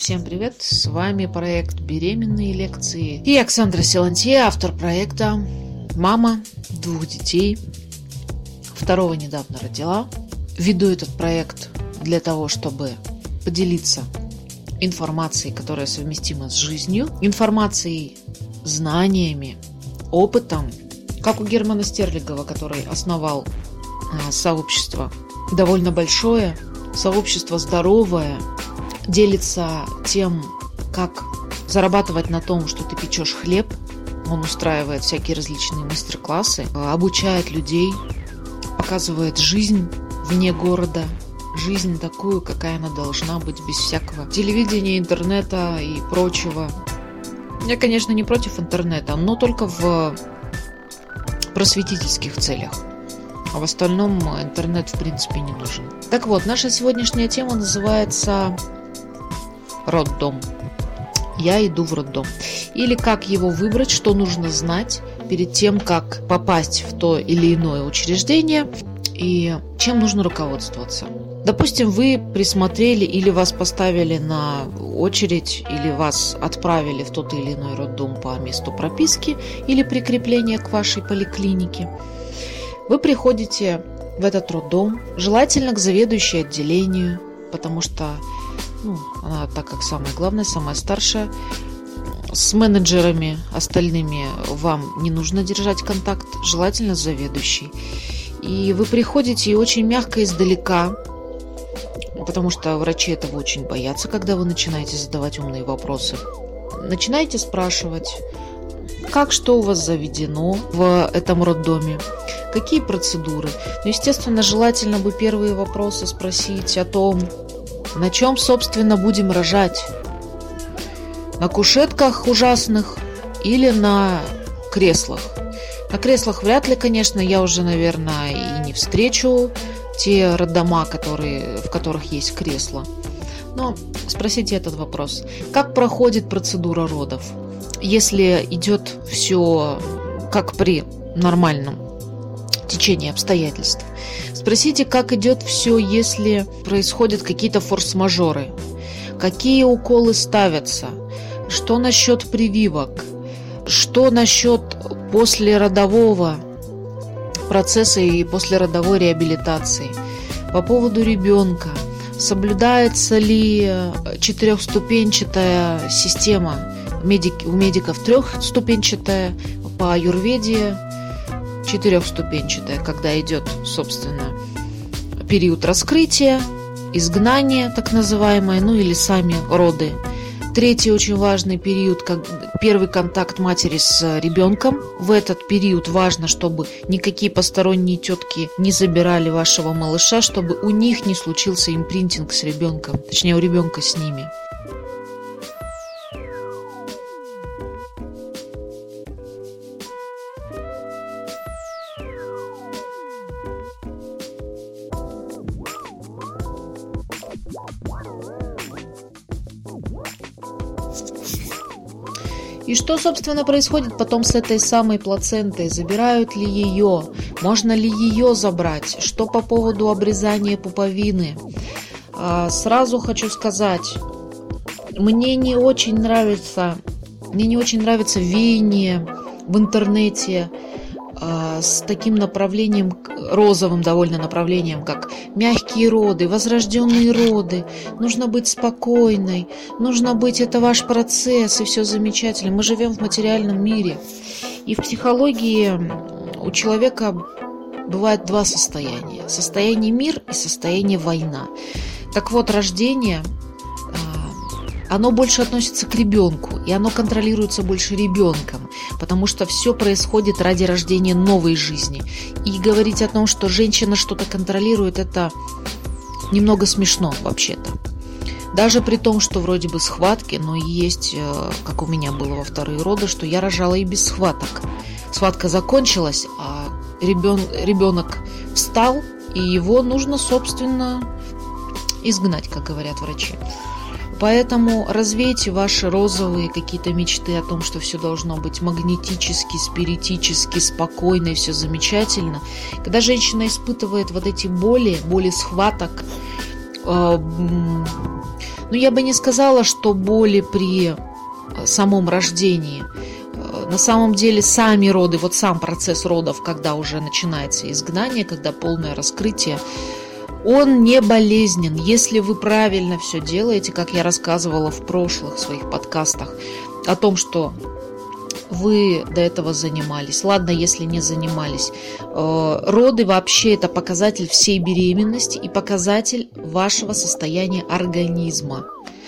Всем привет! С вами проект «Беременные лекции» и Оксандра Силантье, автор проекта, мама 2 детей, 2-го недавно родила. Веду этот проект для того, чтобы поделиться информацией, которая совместима с жизнью, информацией, знаниями, опытом, как у Германа Стерлигова, который основал сообщество довольно большое, сообщество здоровое, делится тем, как зарабатывать на том, что ты печешь хлеб. Он устраивает всякие различные мастер-классы, обучает людей, показывает жизнь вне города, жизнь такую, какая она должна быть, без всякого телевидения, интернета и прочего. Я, конечно, не против интернета, но только в просветительских целях. А в остальном интернет, в принципе, не нужен. Так вот, наша сегодняшняя тема называется «Роддом». Я иду в роддом. Или как его выбрать, что нужно знать перед тем, как попасть в то или иное учреждение и чем нужно руководствоваться. Допустим, вы присмотрели или вас поставили на очередь, или вас отправили в тот или иной роддом по месту прописки или прикрепления к вашей поликлинике. Вы приходите в этот роддом, желательно к заведующей отделению, потому что она, так как самая главная, самая старшая, с менеджерами остальными вам не нужно держать контакт, желательно с заведующей. И вы приходите и очень мягко издалека, потому что врачи этого очень боятся, когда вы начинаете задавать умные вопросы. Начинаете спрашивать, как, что у вас заведено в этом роддоме, какие процедуры. Естественно, желательно бы первые вопросы спросить о том, на чем, собственно, будем рожать. На кушетках ужасных или на креслах. На креслах вряд ли, конечно, я уже, наверное, и не встречу те роддома, в которых есть кресла. Но спросите этот вопрос. Как проходит процедура родов? Если идет все как при нормальном течении обстоятельств. Спросите, как идет все, если происходят какие-то форс-мажоры. Какие уколы ставятся? Что насчет прививок? Что насчет послеродового процесса и послеродовой реабилитации? По поводу ребенка. Соблюдается ли 4-ступенчатая система? У медиков 3-ступенчатая, по аюрведе 4-ступенчатая, когда идет, собственно, период раскрытия, изгнания, так называемое, или сами роды. 3-й очень важный период, как первый контакт матери с ребенком. В этот период важно, чтобы никакие посторонние тетки не забирали вашего малыша, чтобы у них не случился импринтинг с ребенком, точнее, у ребенка с ними. И что, собственно, происходит потом с этой самой плацентой? Забирают ли ее? Можно ли ее забрать? Что по поводу обрезания пуповины? Сразу хочу сказать, мне не очень нравится веяние в интернете с таким направлением, розовым довольно направлением, как мягкие роды, возрожденные роды. Нужно быть спокойной, это ваш процесс, и все замечательно. Мы живем в материальном мире. И в психологии у человека бывает 2 состояния. Состояние мир и состояние война. Так вот, рождение, оно больше относится к ребенку, и оно контролируется больше ребенком, потому что все происходит ради рождения новой жизни. И говорить о том, что женщина что-то контролирует, это немного смешно вообще-то. Даже при том, что вроде бы схватки, но есть, как у меня было во 2-е роды, что я рожала и без схваток. Схватка закончилась, а ребенок встал, и его нужно, собственно, изгнать, как говорят врачи. Поэтому развейте ваши розовые какие-то мечты о том, что все должно быть магнетически, спиритически, спокойно и все замечательно. Когда женщина испытывает вот эти боли схваток, Но я бы не сказала, что боли при самом рождении. На самом деле сами роды, вот сам процесс родов, когда уже начинается изгнание, когда полное раскрытие, он не болезнен, если вы правильно все делаете, как я рассказывала в прошлых своих подкастах, о том, что вы до этого занимались. Ладно, если не занимались. Роды вообще это показатель всей беременности и показатель вашего состояния организма.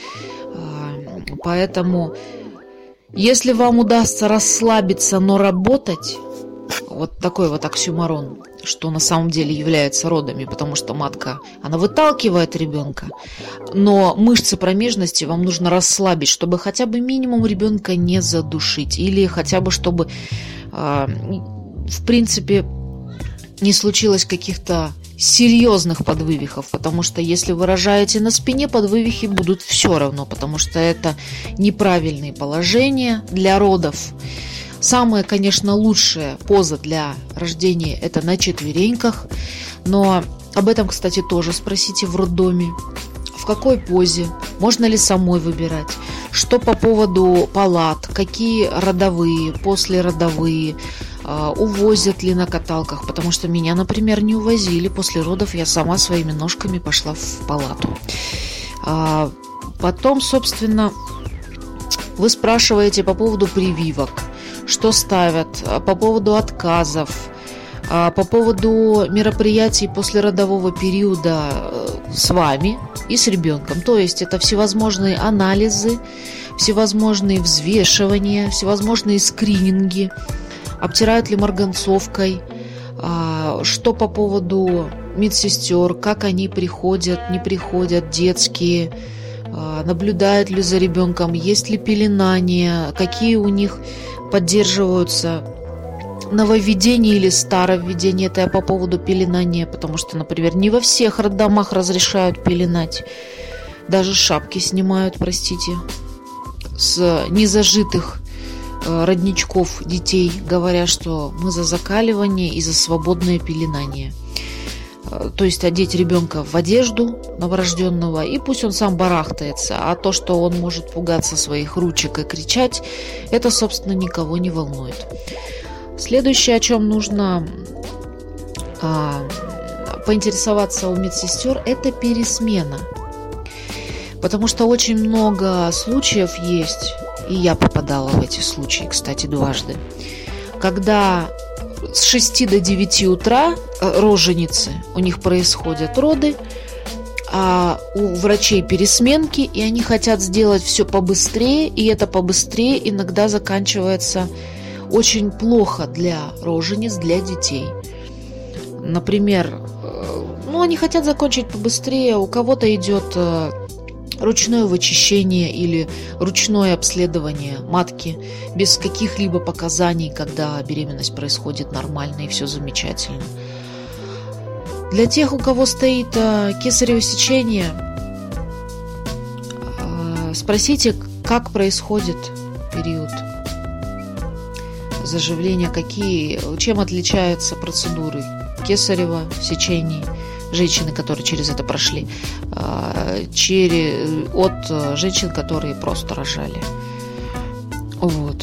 Поэтому, если вам удастся расслабиться, но работать, вот такой вот оксюморон, что на самом деле является родами, потому что матка, она выталкивает ребенка, но мышцы промежности вам нужно расслабить, чтобы хотя бы минимум ребенка не задушить, или хотя бы чтобы, в принципе, не случилось каких-то серьезных подвывихов, потому что если вы рожаете на спине, подвывихи будут все равно, потому что это неправильные положения для родов. Самая, конечно, лучшая поза для рождения – это на четвереньках, но об этом, кстати, тоже спросите в роддоме. В какой позе? Можно ли самой выбирать? Что по поводу палат? Какие родовые, послеродовые? Увозят ли на каталках? Потому что меня, например, не увозили. После родов я сама своими ножками пошла в палату. Потом, собственно, вы спрашиваете по поводу прививок. Что ставят, по поводу отказов, по поводу мероприятий послеродового периода с вами и с ребенком. То есть это всевозможные анализы, всевозможные взвешивания, всевозможные скрининги, обтирают ли марганцовкой, что по поводу медсестер, как они приходят, не приходят, детские, наблюдают ли за ребенком, есть ли пеленание, какие у них поддерживаются нововведение или старовведение. Это я по поводу пеленания, потому что, например, не во всех роддомах разрешают пеленать. Даже шапки снимают, простите, с незажитых родничков детей, говоря, что мы за закаливание и за свободное пеленание. То есть одеть ребенка в одежду новорожденного, и пусть он сам барахтается, а то, что он может пугаться своих ручек и кричать, это, собственно, никого не волнует. Следующее, о чем нужно поинтересоваться у медсестер, это пересмена. Потому что очень много случаев есть, и я попадала в эти случаи, кстати, дважды, когда с 6 до 9 утра роженицы, у них происходят роды, а у врачей пересменки, и они хотят сделать все побыстрее, и это побыстрее иногда заканчивается очень плохо для рожениц, для детей. Например, они хотят закончить побыстрее, у кого-то идет ручное вычищение или ручное обследование матки без каких-либо показаний, когда беременность происходит нормально и все замечательно. Для тех, у кого стоит кесарево сечение, спросите, как происходит период заживления, чем отличаются процедуры кесарево сечений, женщины, которые через это прошли, от женщин, которые просто рожали. Вот.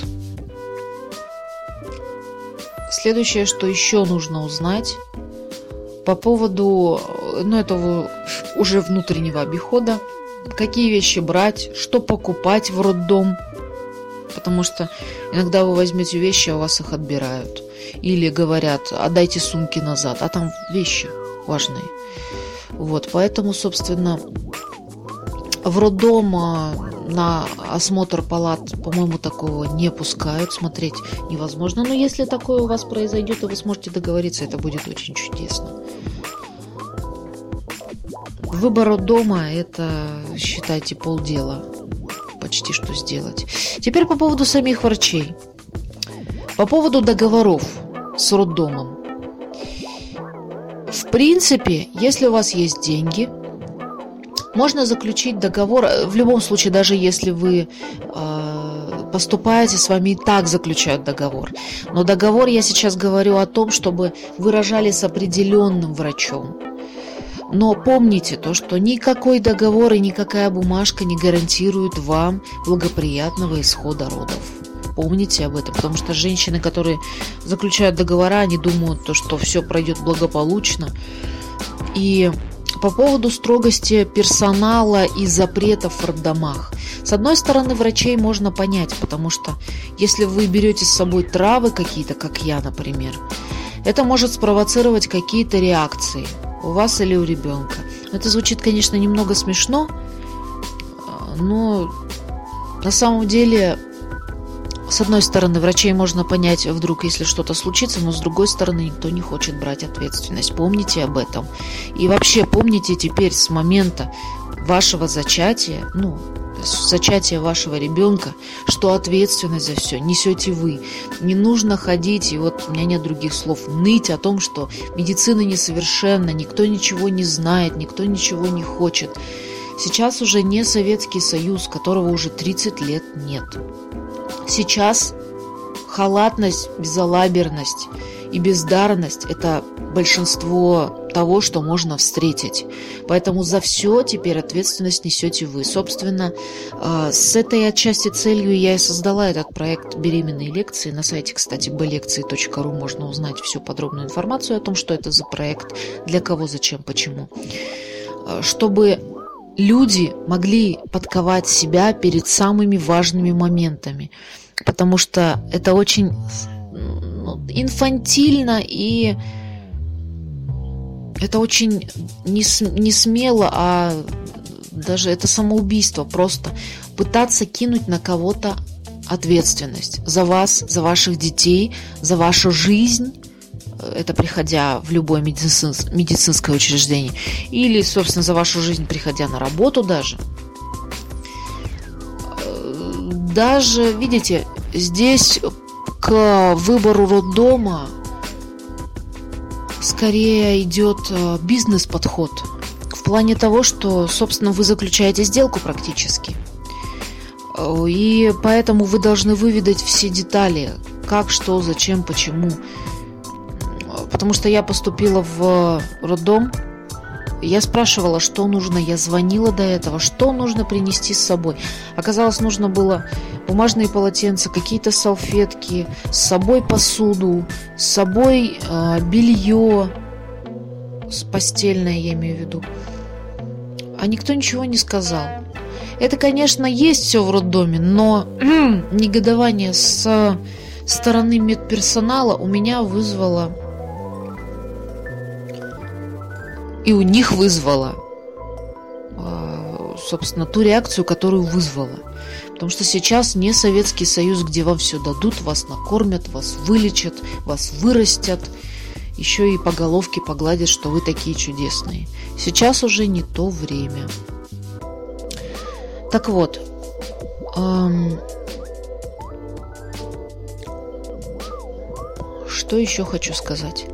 Следующее, что еще нужно узнать по поводу, этого уже внутреннего обихода, какие вещи брать, что покупать в роддом, потому что иногда вы возьмете вещи, а у вас их отбирают. Или говорят, отдайте сумки назад, а там вещи важные. Вот, поэтому, собственно, в роддом на осмотр палат, по-моему, такого не пускают, смотреть невозможно. Но если такое у вас произойдет, и вы сможете договориться, это будет очень чудесно. Выбор роддома – это, считайте, полдела. Почти что сделать. Теперь по поводу самих врачей. По поводу договоров с роддомом. В принципе, если у вас есть деньги, можно заключить договор. В любом случае, даже если вы поступаете, с вами и так заключают договор. Но договор, я сейчас говорю о том, чтобы вы рожали с определенным врачом. Но помните то, что никакой договор и никакая бумажка не гарантирует вам благоприятного исхода родов. Помните об этом, потому что женщины, которые заключают договора, они думают, то, что все пройдет благополучно. И по поводу строгости персонала и запретов в роддомах. С одной стороны, врачей можно понять, потому что если вы берете с собой травы какие-то, как я, например, это может спровоцировать какие-то реакции у вас или у ребенка. Это звучит, конечно, немного смешно, но на самом деле, с одной стороны, врачей можно понять вдруг, если что-то случится, но с другой стороны, никто не хочет брать ответственность. Помните об этом. И вообще помните теперь с момента вашего зачатия, с зачатия вашего ребенка, что ответственность за все несете вы. Не нужно ходить, и вот у меня нет других слов, ныть о том, что медицина несовершенна, никто ничего не знает, никто ничего не хочет. Сейчас уже не Советский Союз, которого уже 30 лет нет. Сейчас халатность, безалаберность и бездарность – это большинство того, что можно встретить. Поэтому за все теперь ответственность несете вы. Собственно, с этой отчасти целью я и создала этот проект «Беременные лекции». На сайте, кстати, bлекции.ру можно узнать всю подробную информацию о том, что это за проект, для кого, зачем, почему. Чтобы люди могли подковать себя перед самыми важными моментами, потому что это очень инфантильно и это очень не смело, а даже это самоубийство просто пытаться кинуть на кого-то ответственность за вас, за ваших детей, за вашу жизнь. Это приходя в любое медицинское учреждение. Или, собственно, за вашу жизнь, приходя на работу даже. Даже, видите, здесь к выбору роддома скорее идет бизнес-подход. В плане того, что, собственно, вы заключаете сделку практически. И поэтому вы должны выведать все детали. Как, что, зачем, почему. Потому что я поступила в роддом, я спрашивала, что нужно, я звонила до этого, что нужно принести с собой. Оказалось, нужно было бумажные полотенца, какие-то салфетки, с собой посуду, с собой белье, постельное, я имею в виду. А никто ничего не сказал. Это, конечно, есть все в роддоме, но негодование с стороны медперсонала у меня вызвало... И у них вызвала, собственно, ту реакцию, которую вызвала. Потому что сейчас не Советский Союз, где вам все дадут, вас накормят, вас вылечат, вас вырастят, еще и по головке погладят, что вы такие чудесные. Сейчас уже не то время. Так вот, что еще хочу сказать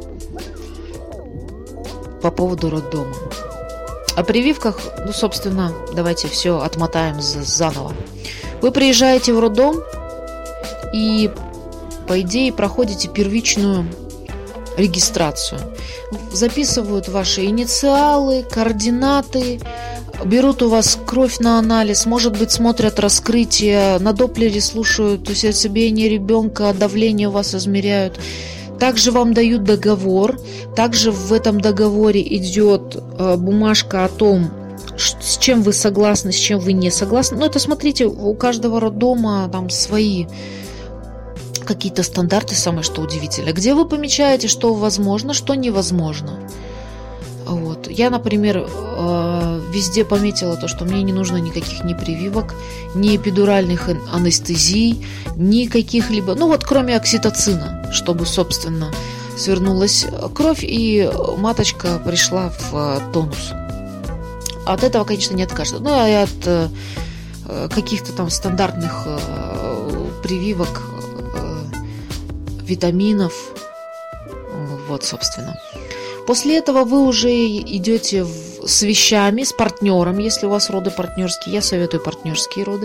по поводу роддома. О прививках, собственно, давайте все отмотаем заново. Вы приезжаете в роддом и, по идее, проходите первичную регистрацию. Записывают ваши инициалы, координаты, берут у вас кровь на анализ, может быть, смотрят раскрытие, на доплере слушают сердцебиение ребенка, давление у вас измеряют. Также вам дают договор, также в этом договоре идет бумажка о том, с чем вы согласны, с чем вы не согласны. Но это, смотрите, у каждого роддома там свои какие-то стандарты, самое что удивительно, где вы помечаете, что возможно, что невозможно. Вот. Я, например, везде пометила то, что мне не нужно никаких ни прививок, ни эпидуральных анестезий, ни каких-либо, кроме окситоцина, чтобы, собственно, свернулась кровь и маточка пришла в тонус. От этого, конечно, не откажется. И от каких-то там стандартных прививок, витаминов. Вот, собственно. После этого вы уже идете с вещами, с партнером, если у вас роды партнерские. Я советую партнерские роды.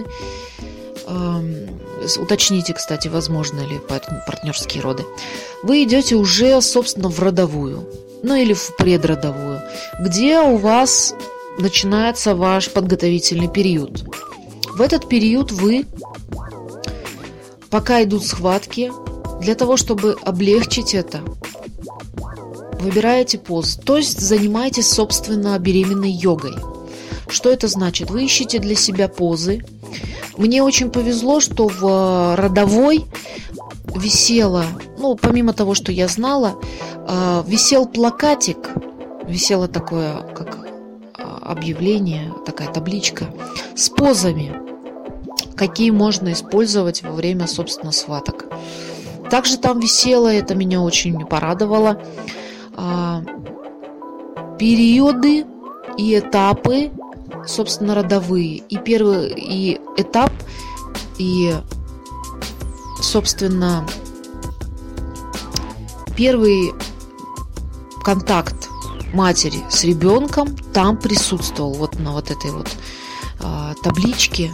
Уточните, кстати, возможно ли партнерские роды. Вы идете уже, собственно, в родовую. ну или в предродовую, где у вас начинается ваш подготовительный период. В этот период вы, пока идут схватки, для того, чтобы облегчить это, выбираете позы, то есть занимаетесь, собственно, беременной йогой. Что это значит? Вы ищете для себя позы. Мне очень повезло, что в родовой висела, помимо того, что я знала, висел плакатик, висело такое, как объявление, такая табличка с позами, какие можно использовать во время, собственно, схваток. Также там висело, это меня очень порадовало, периоды и этапы, собственно, родовые. И первый и этап, и, собственно, первый контакт матери с ребенком там присутствовал, вот на вот этой вот табличке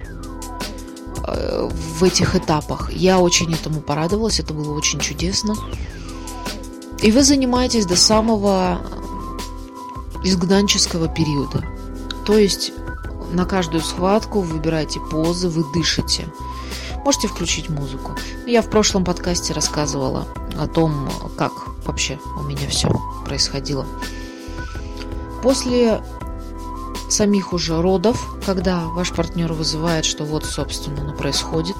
в этих этапах. Я очень этому порадовалась, это было очень чудесно. И вы занимаетесь до самого изгнанческого периода. То есть на каждую схватку вы выбираете позы, вы дышите. Можете включить музыку. Я в прошлом подкасте рассказывала о том, как вообще у меня все происходило. После самих уже родов, когда ваш партнер вызывает, что вот, собственно, происходит,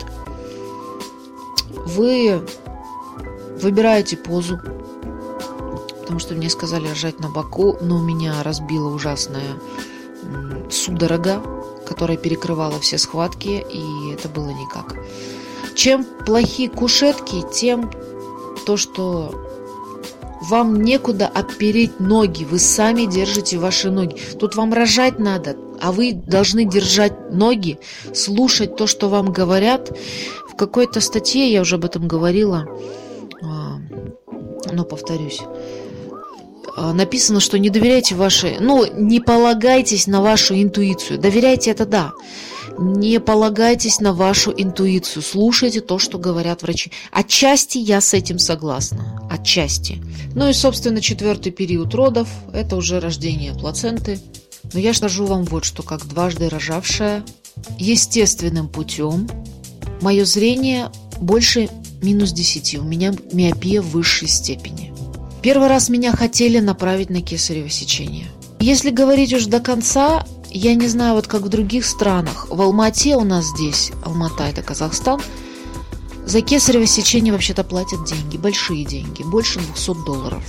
вы выбираете позу, потому что мне сказали лежать на боку, но у меня разбила ужасная судорога, которая перекрывала все схватки, и это было никак. Чем плохие кушетки, тем то, что вам некуда опереть ноги, вы сами держите ваши ноги. Тут вам рожать надо, а вы должны держать ноги, слушать то, что вам говорят. В какой-то статье, я уже об этом говорила, но повторюсь, написано, что не доверяйте не полагайтесь на вашу интуицию. Доверяйте, это да. Не полагайтесь на вашу интуицию. Слушайте то, что говорят врачи. Отчасти я с этим согласна. Отчасти. Ну и, собственно, 4-й период родов – это уже рождение плаценты. Но я скажу вам вот что, как дважды рожавшая, естественным путем, мое зрение больше -10. У меня миопия высшей степени. Первый раз меня хотели направить на кесарево сечение. Если говорить уж до конца, я не знаю, вот как в других странах. В Алмате у нас здесь, Алмата – это Казахстан, за кесарево сечение вообще-то платят деньги, большие деньги, больше $200.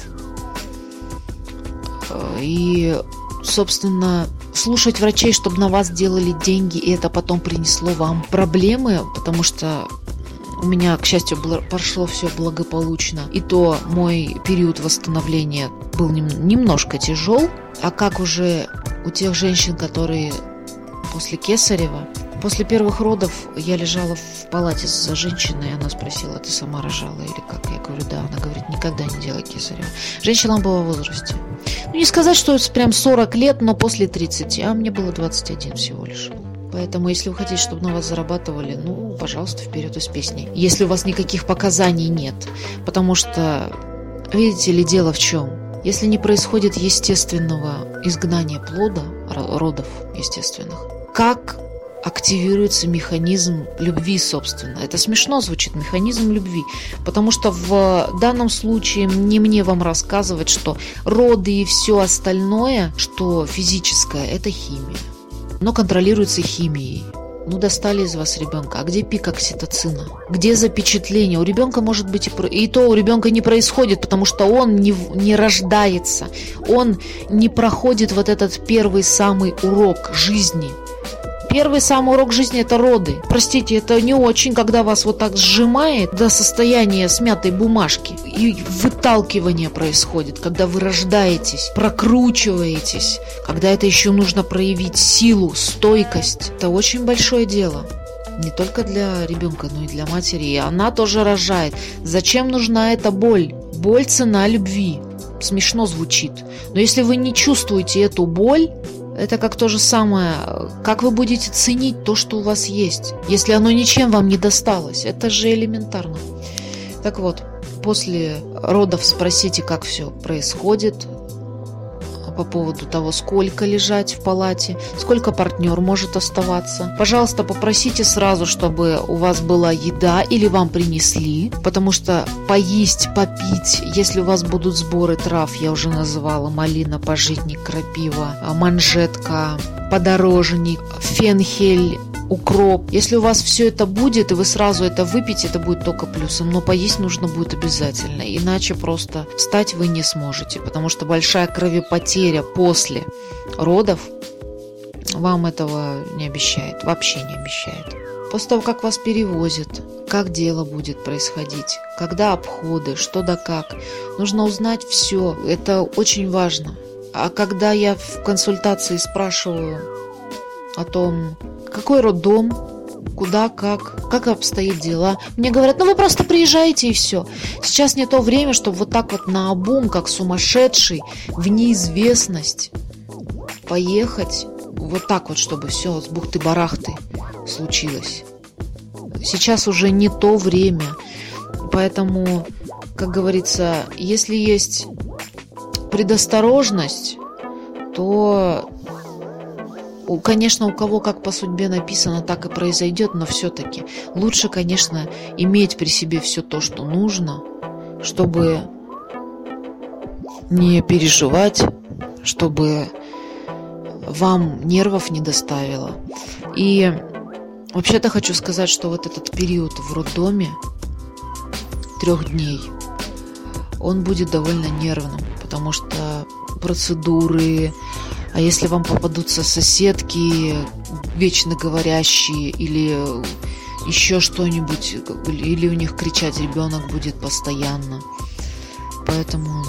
И, собственно, слушать врачей, чтобы на вас делали деньги, и это потом принесло вам проблемы, потому что у меня, к счастью, прошло все благополучно. И то мой период восстановления был немножко тяжел. А как уже у тех женщин, которые после кесарева, после первых родов я лежала в палате за женщиной, и она спросила: ты сама рожала или как? Я говорю: да. Она говорит: никогда не делай кесарево. Женщина была в возрасте. Не сказать, что это прям 40 лет, но после 30, а мне было 21 всего лишь. Поэтому, если вы хотите, чтобы на вас зарабатывали, пожалуйста, вперед из песни. Если у вас никаких показаний нет. Потому что, видите ли, дело в чем? Если не происходит естественного изгнания плода, родов естественных, как активируется механизм любви, собственно? Это смешно звучит, механизм любви. Потому что в данном случае не мне вам рассказывать, что роды и все остальное, что физическое, это химия. Но контролируется химией. Достали из вас ребенка. А где пик окситоцина? Где запечатление? У ребенка может быть и то у ребенка не происходит, потому что он не рождается. Он не проходит вот этот первый самый урок жизни. Первый самый урок жизни – это роды. Простите, это не очень, когда вас вот так сжимает до состояния смятой бумажки. И выталкивание происходит, когда вы рождаетесь, прокручиваетесь, когда это еще нужно проявить силу, стойкость. Это очень большое дело. Не только для ребенка, но и для матери. И она тоже рожает. Зачем нужна эта боль? Боль – цена любви. Смешно звучит. Но если вы не чувствуете эту боль, это как то же самое, как вы будете ценить то, что у вас есть, если оно ничем вам не досталось. Это же элементарно. Так вот, После родов спросите, как все происходит, по поводу того, сколько лежать в палате, сколько партнер может оставаться. Пожалуйста, попросите сразу, чтобы у вас была еда или вам принесли, потому что поесть, попить, если у вас будут сборы трав, я уже называла: малина, пажитник, крапива, манжетка, подорожник, фенхель, укроп. Если у вас все это будет, и вы сразу это выпьете, это будет только плюсом. Но поесть нужно будет обязательно, иначе просто встать вы не сможете, потому что большая кровопотеря после родов вам этого не обещает, вообще не обещает. После того, как вас перевозят, как дело будет происходить, когда обходы, что да как, нужно узнать все. Это очень важно. А когда я в консультации спрашиваю о том, какой роддом, куда, как обстоят дела, мне говорят: вы просто приезжаете и все. Сейчас не то время, чтобы вот так вот наобум, как сумасшедший, в неизвестность поехать, вот так вот, чтобы все с бухты-барахты случилось. Сейчас уже не то время. Поэтому, как говорится, если есть предосторожность, то, конечно, у кого как по судьбе написано, так и произойдет, но все-таки лучше, конечно, иметь при себе все то, что нужно, чтобы не переживать, чтобы вам нервов не доставило. И вообще-то хочу сказать, что вот этот период в роддоме 3 дней, он будет довольно нервным, потому что процедуры, а если вам попадутся соседки вечно говорящие или еще что-нибудь, или у них кричать ребенок будет постоянно. Поэтому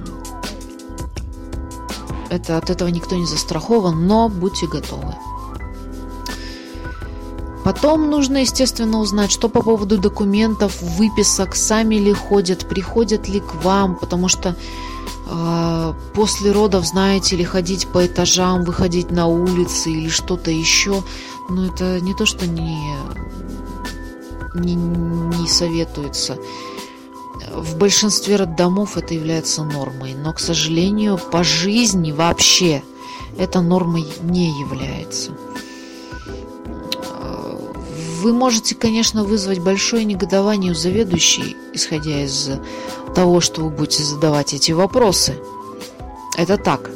от этого никто не застрахован, но будьте готовы. Потом нужно, естественно, узнать, что по поводу документов, выписок, сами ли ходят, приходят ли к вам, потому что после родов, знаете ли, ходить по этажам, выходить на улицы или что-то еще, это не то, что не советуется. В большинстве роддомов это является нормой, но, к сожалению, по жизни вообще это нормой не является. Вы можете, конечно, вызвать большое негодование у заведующей, исходя из того, что вы будете задавать эти вопросы. Это так.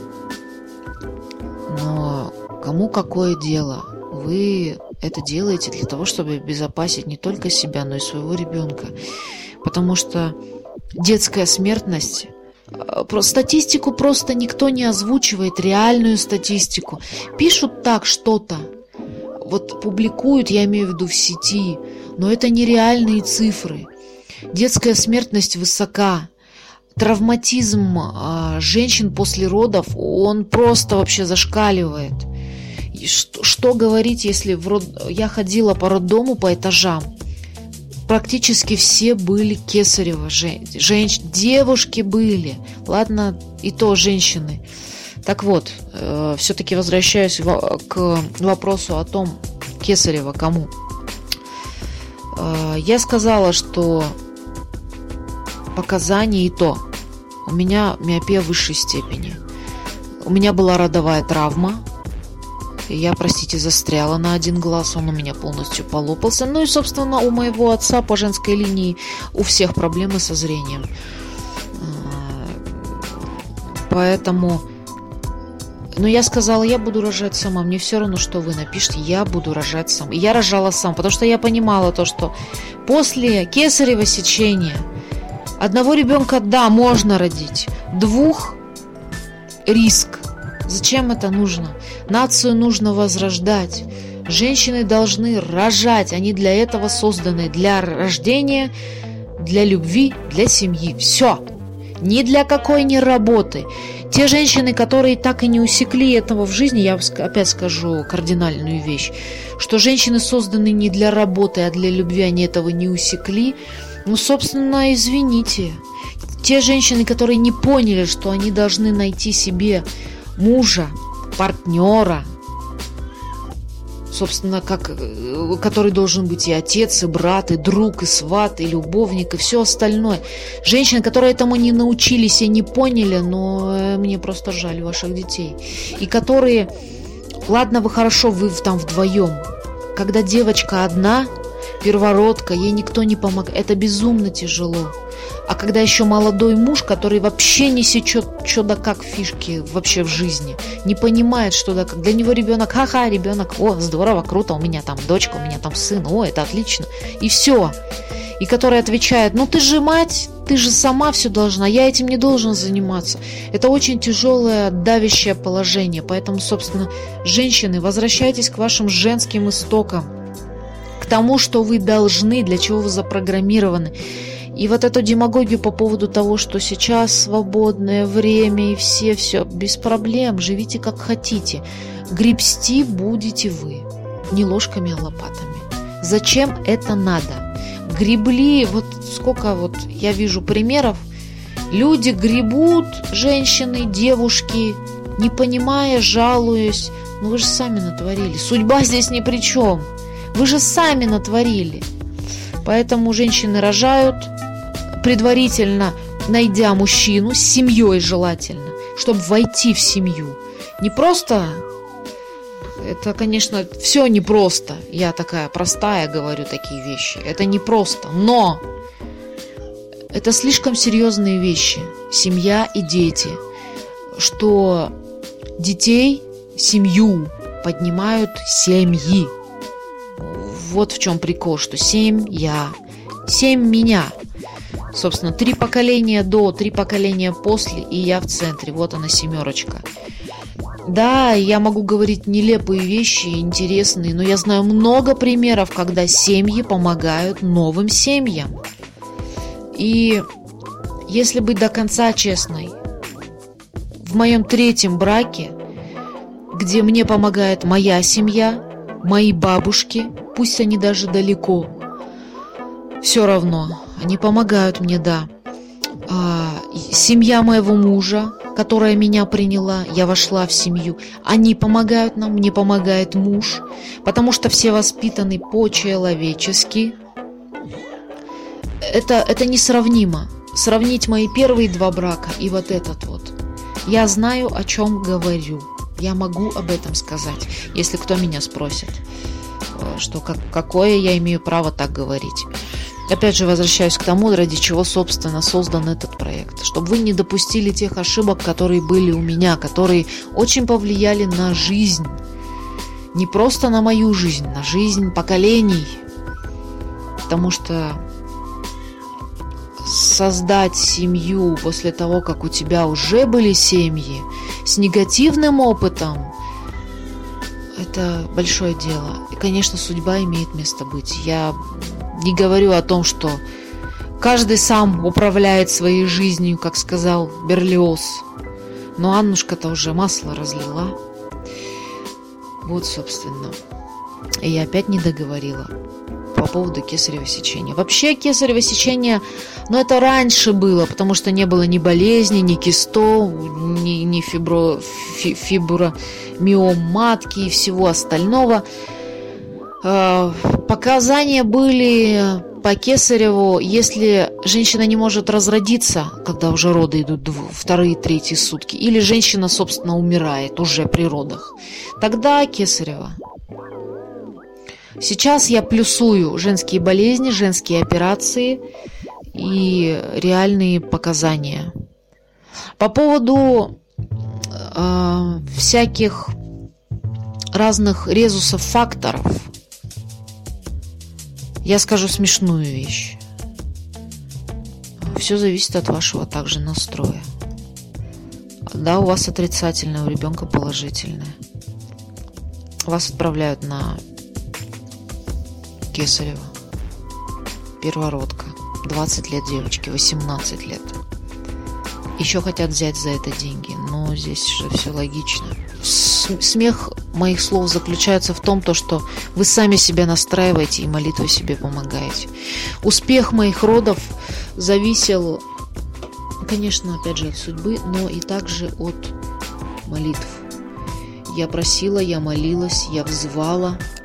Но кому какое дело? Вы это делаете для того, чтобы обезопасить не только себя, но и своего ребенка. Потому что детская смертность, статистику просто никто не озвучивает, реальную статистику. Пишут так что-то. Вот публикуют, я имею в виду в сети, но это нереальные цифры. Детская смертность высока. Травматизм женщин после родов, он просто вообще зашкаливает. Что говорить, если я ходила по роддому по этажам, практически все были кесарево, девушки были, ладно, и то женщины. Так вот, все-таки возвращаюсь к вопросу о том, кесарево кому. Я сказала, что показания и то. У меня миопия высшей степени. У меня была родовая травма. Я, застряла на один глаз, он у меня полностью полопался. Ну и, собственно, у моего отца по женской линии у всех проблемы со зрением. Поэтому... Но я сказала, я буду рожать сама, мне все равно, что вы напишите, я буду рожать сама. И я рожала сама, потому что я понимала то, что после кесарево сечения одного ребенка, да, можно родить, 2 риск. Зачем это нужно? Нацию нужно возрождать. Женщины должны рожать, они для этого созданы, для рождения, для любви, для семьи. Все. Ни для какой не работы. Те женщины, которые так и не усекли этого в жизни, я опять скажу кардинальную вещь, что женщины созданы не для работы, а для любви, они этого не усекли. Собственно, извините. Те женщины, которые не поняли, что они должны найти себе мужа, партнера, собственно, который должен быть и отец, и брат, и друг, и сват, и любовник, и все остальное. Женщины, которые этому не научились и не поняли, но мне просто жаль ваших детей. И которые, ладно, вы там вдвоем. Когда девочка одна, первородка, ей никто не помогает, это безумно тяжело. А когда еще молодой муж, который вообще не сечет что да как фишки вообще в жизни, не понимает, что да как. Для него ребенок, ха-ха, ребенок, о, здорово, круто, у меня там дочка, у меня там сын, о, это отлично. И все. И который отвечает, ну ты же мать, ты же сама все должна, я этим не должен заниматься. Это очень тяжелое, давящее положение. Поэтому, собственно, женщины, возвращайтесь к вашим женским истокам, к тому, что вы должны, для чего вы запрограммированы. И вот эту демагогию по поводу того, что сейчас свободное время и все без проблем, живите как хотите. Гребсти будете вы, не ложками, а лопатами. Зачем это надо? Гребли, вот сколько вот я вижу примеров, люди гребут, женщины, девушки, не понимая, жалуясь. Ну вы же сами натворили, судьба здесь ни при чем, вы же сами натворили. Поэтому женщины рожают, предварительно найдя мужчину, с семьей желательно, чтобы войти в семью. Не просто, это, конечно, все непросто. Я такая простая говорю такие вещи. Это непросто, но это слишком серьезные вещи. Семья и дети. Что детей, семью поднимают семьи. Вот в чем прикол, что семья, 7 меня. Собственно, 3 поколения до, 3 поколения после, и я в центре. Вот она, 7. Да, я могу говорить нелепые вещи, интересные, но я знаю много примеров, когда семьи помогают новым семьям. И если быть до конца честной, в моем 3-м браке, где мне помогает моя семья, мои бабушки, пусть они даже далеко, все равно, они помогают мне, да. Семья моего мужа, которая меня приняла, я вошла в семью, они помогают нам, мне помогает муж, потому что все воспитаны по-человечески. Это несравнимо. Сравнить мои первые 2 брака и вот этот вот. Я знаю, о чем говорю. Я могу об этом сказать, если кто меня спросит, что какое я имею право так говорить. Опять же, возвращаюсь к тому, ради чего, собственно, создан этот проект. Чтобы вы не допустили тех ошибок, которые были у меня, которые очень повлияли на жизнь. Не просто на мою жизнь, на жизнь поколений. Потому что создать семью после того, как у тебя уже были семьи, с негативным опытом, это большое дело. И, конечно, судьба имеет место быть. Я не говорю о том, что каждый сам управляет своей жизнью, как сказал Берлиоз. Но Аннушка-то уже масло разлила. Вот, собственно. И я опять не договорила по поводу кесарево сечения. Вообще кесарево сечение, это раньше было, потому что не было ни болезни, ни кистов, ни фибромиом матки и всего остального. Показания были по кесареву, если женщина не может разродиться, когда уже роды идут 2-3 сутки, или женщина, собственно, умирает уже при родах, тогда кесарево. Сейчас я плюсую женские болезни, женские операции и реальные показания. По поводу всяких разных резусов факторов, я скажу смешную вещь. Все зависит от вашего также настроя. Да, у вас отрицательное, у ребенка положительное. Вас отправляют на кесарево. Первородка. 20 лет девочке, 18 лет. Еще хотят взять за это деньги. Но здесь же все логично. Смех моих слов заключается в том, что вы сами себя настраиваете и молитвой себе помогаете. Успех моих родов зависел, конечно, опять же, от судьбы, но и также от молитв. Я просила, я молилась, я взывала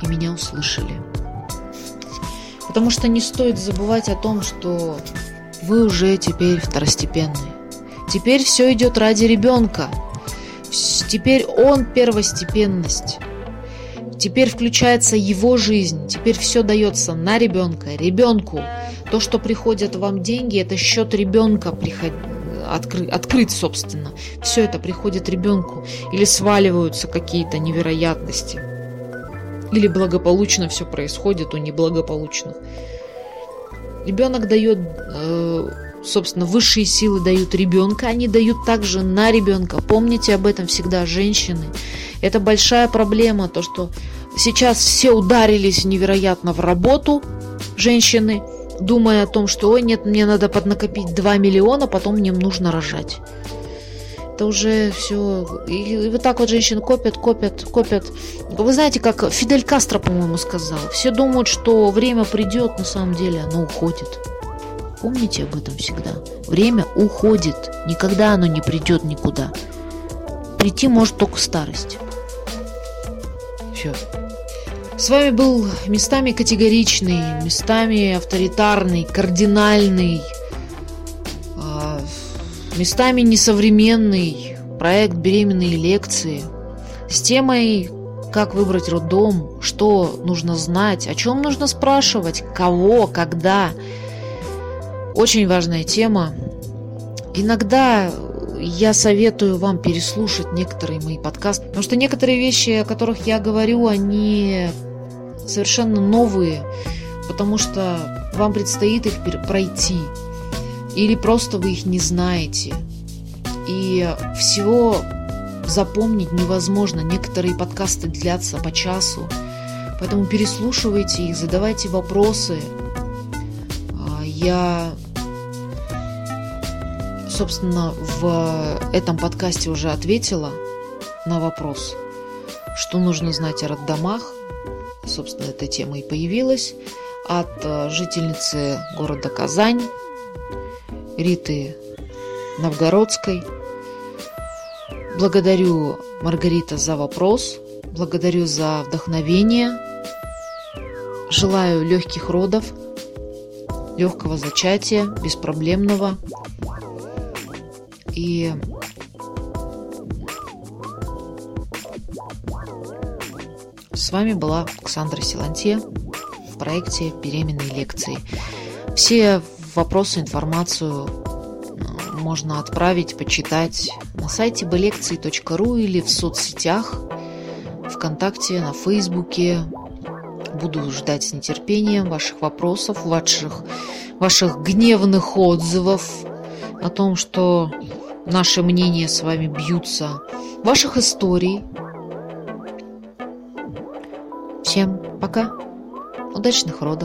и меня услышали. Потому что не стоит забывать о том, что вы уже теперь второстепенные. Теперь все идет ради ребенка. Теперь он первостепенность. Теперь включается его жизнь. Теперь все дается на ребенка, ребенку. То, что приходят вам деньги, это счет ребенка открыть, собственно. Все это приходит ребенку. Или сваливаются какие-то невероятности. Или благополучно все происходит у неблагополучных. Ребенок дает, собственно, высшие силы дают ребенка, они дают также на ребенка. Помните об этом всегда, женщины. Это большая проблема, то, что сейчас все ударились невероятно в работу, женщины, думая о том, что, ой, нет, мне надо поднакопить 2 миллиона, потом мне нужно рожать. Это уже все. И вот так вот женщины копят. Вы знаете, как Фидель Кастро, по-моему, сказал. Все думают, что время придет, на самом деле оно уходит. Помните об этом всегда. Время уходит. Никогда оно не придет никуда. Прийти может только старость. Все. С вами был местами категоричный, местами авторитарный, кардинальный, местами несовременный проект «Беременные лекции» с темой «Как выбрать роддом», что нужно знать, о чем нужно спрашивать, кого, когда. Очень важная тема. Иногда я советую вам переслушать некоторые мои подкасты, потому что некоторые вещи, о которых я говорю, они совершенно новые, потому что вам предстоит их пройти. Или просто вы их не знаете. И всего запомнить невозможно. Некоторые подкасты длятся по часу. Поэтому переслушивайте их, задавайте вопросы. Я, собственно, в этом подкасте уже ответила на вопрос, что нужно знать о роддомах. Собственно, эта тема и появилась от жительницы города Казань, Риты Новгородской. Благодарю, Маргарита, за вопрос. Благодарю за вдохновение. Желаю легких родов, легкого зачатия, беспроблемного. И с вами была Оксандра Силантье в проекте «Беременные лекции». Все вопросы, информацию можно отправить, почитать на сайте bлекции.ру или в соцсетях, ВКонтакте, на Фейсбуке. Буду ждать с нетерпением ваших вопросов, ваших гневных отзывов о том, что наши мнения с вами бьются, ваших историй. Всем пока, удачных родов!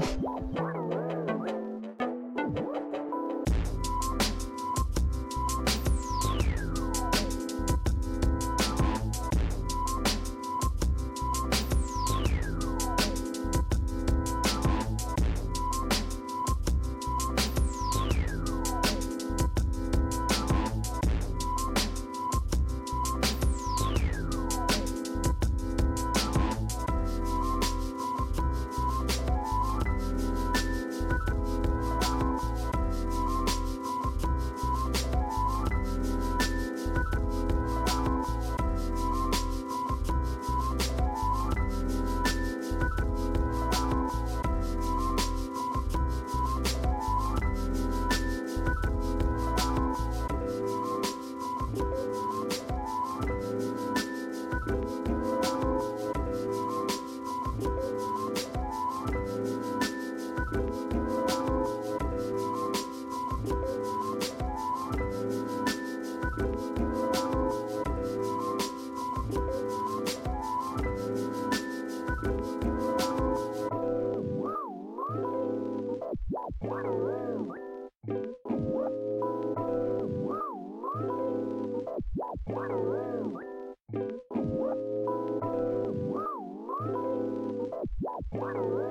Wow.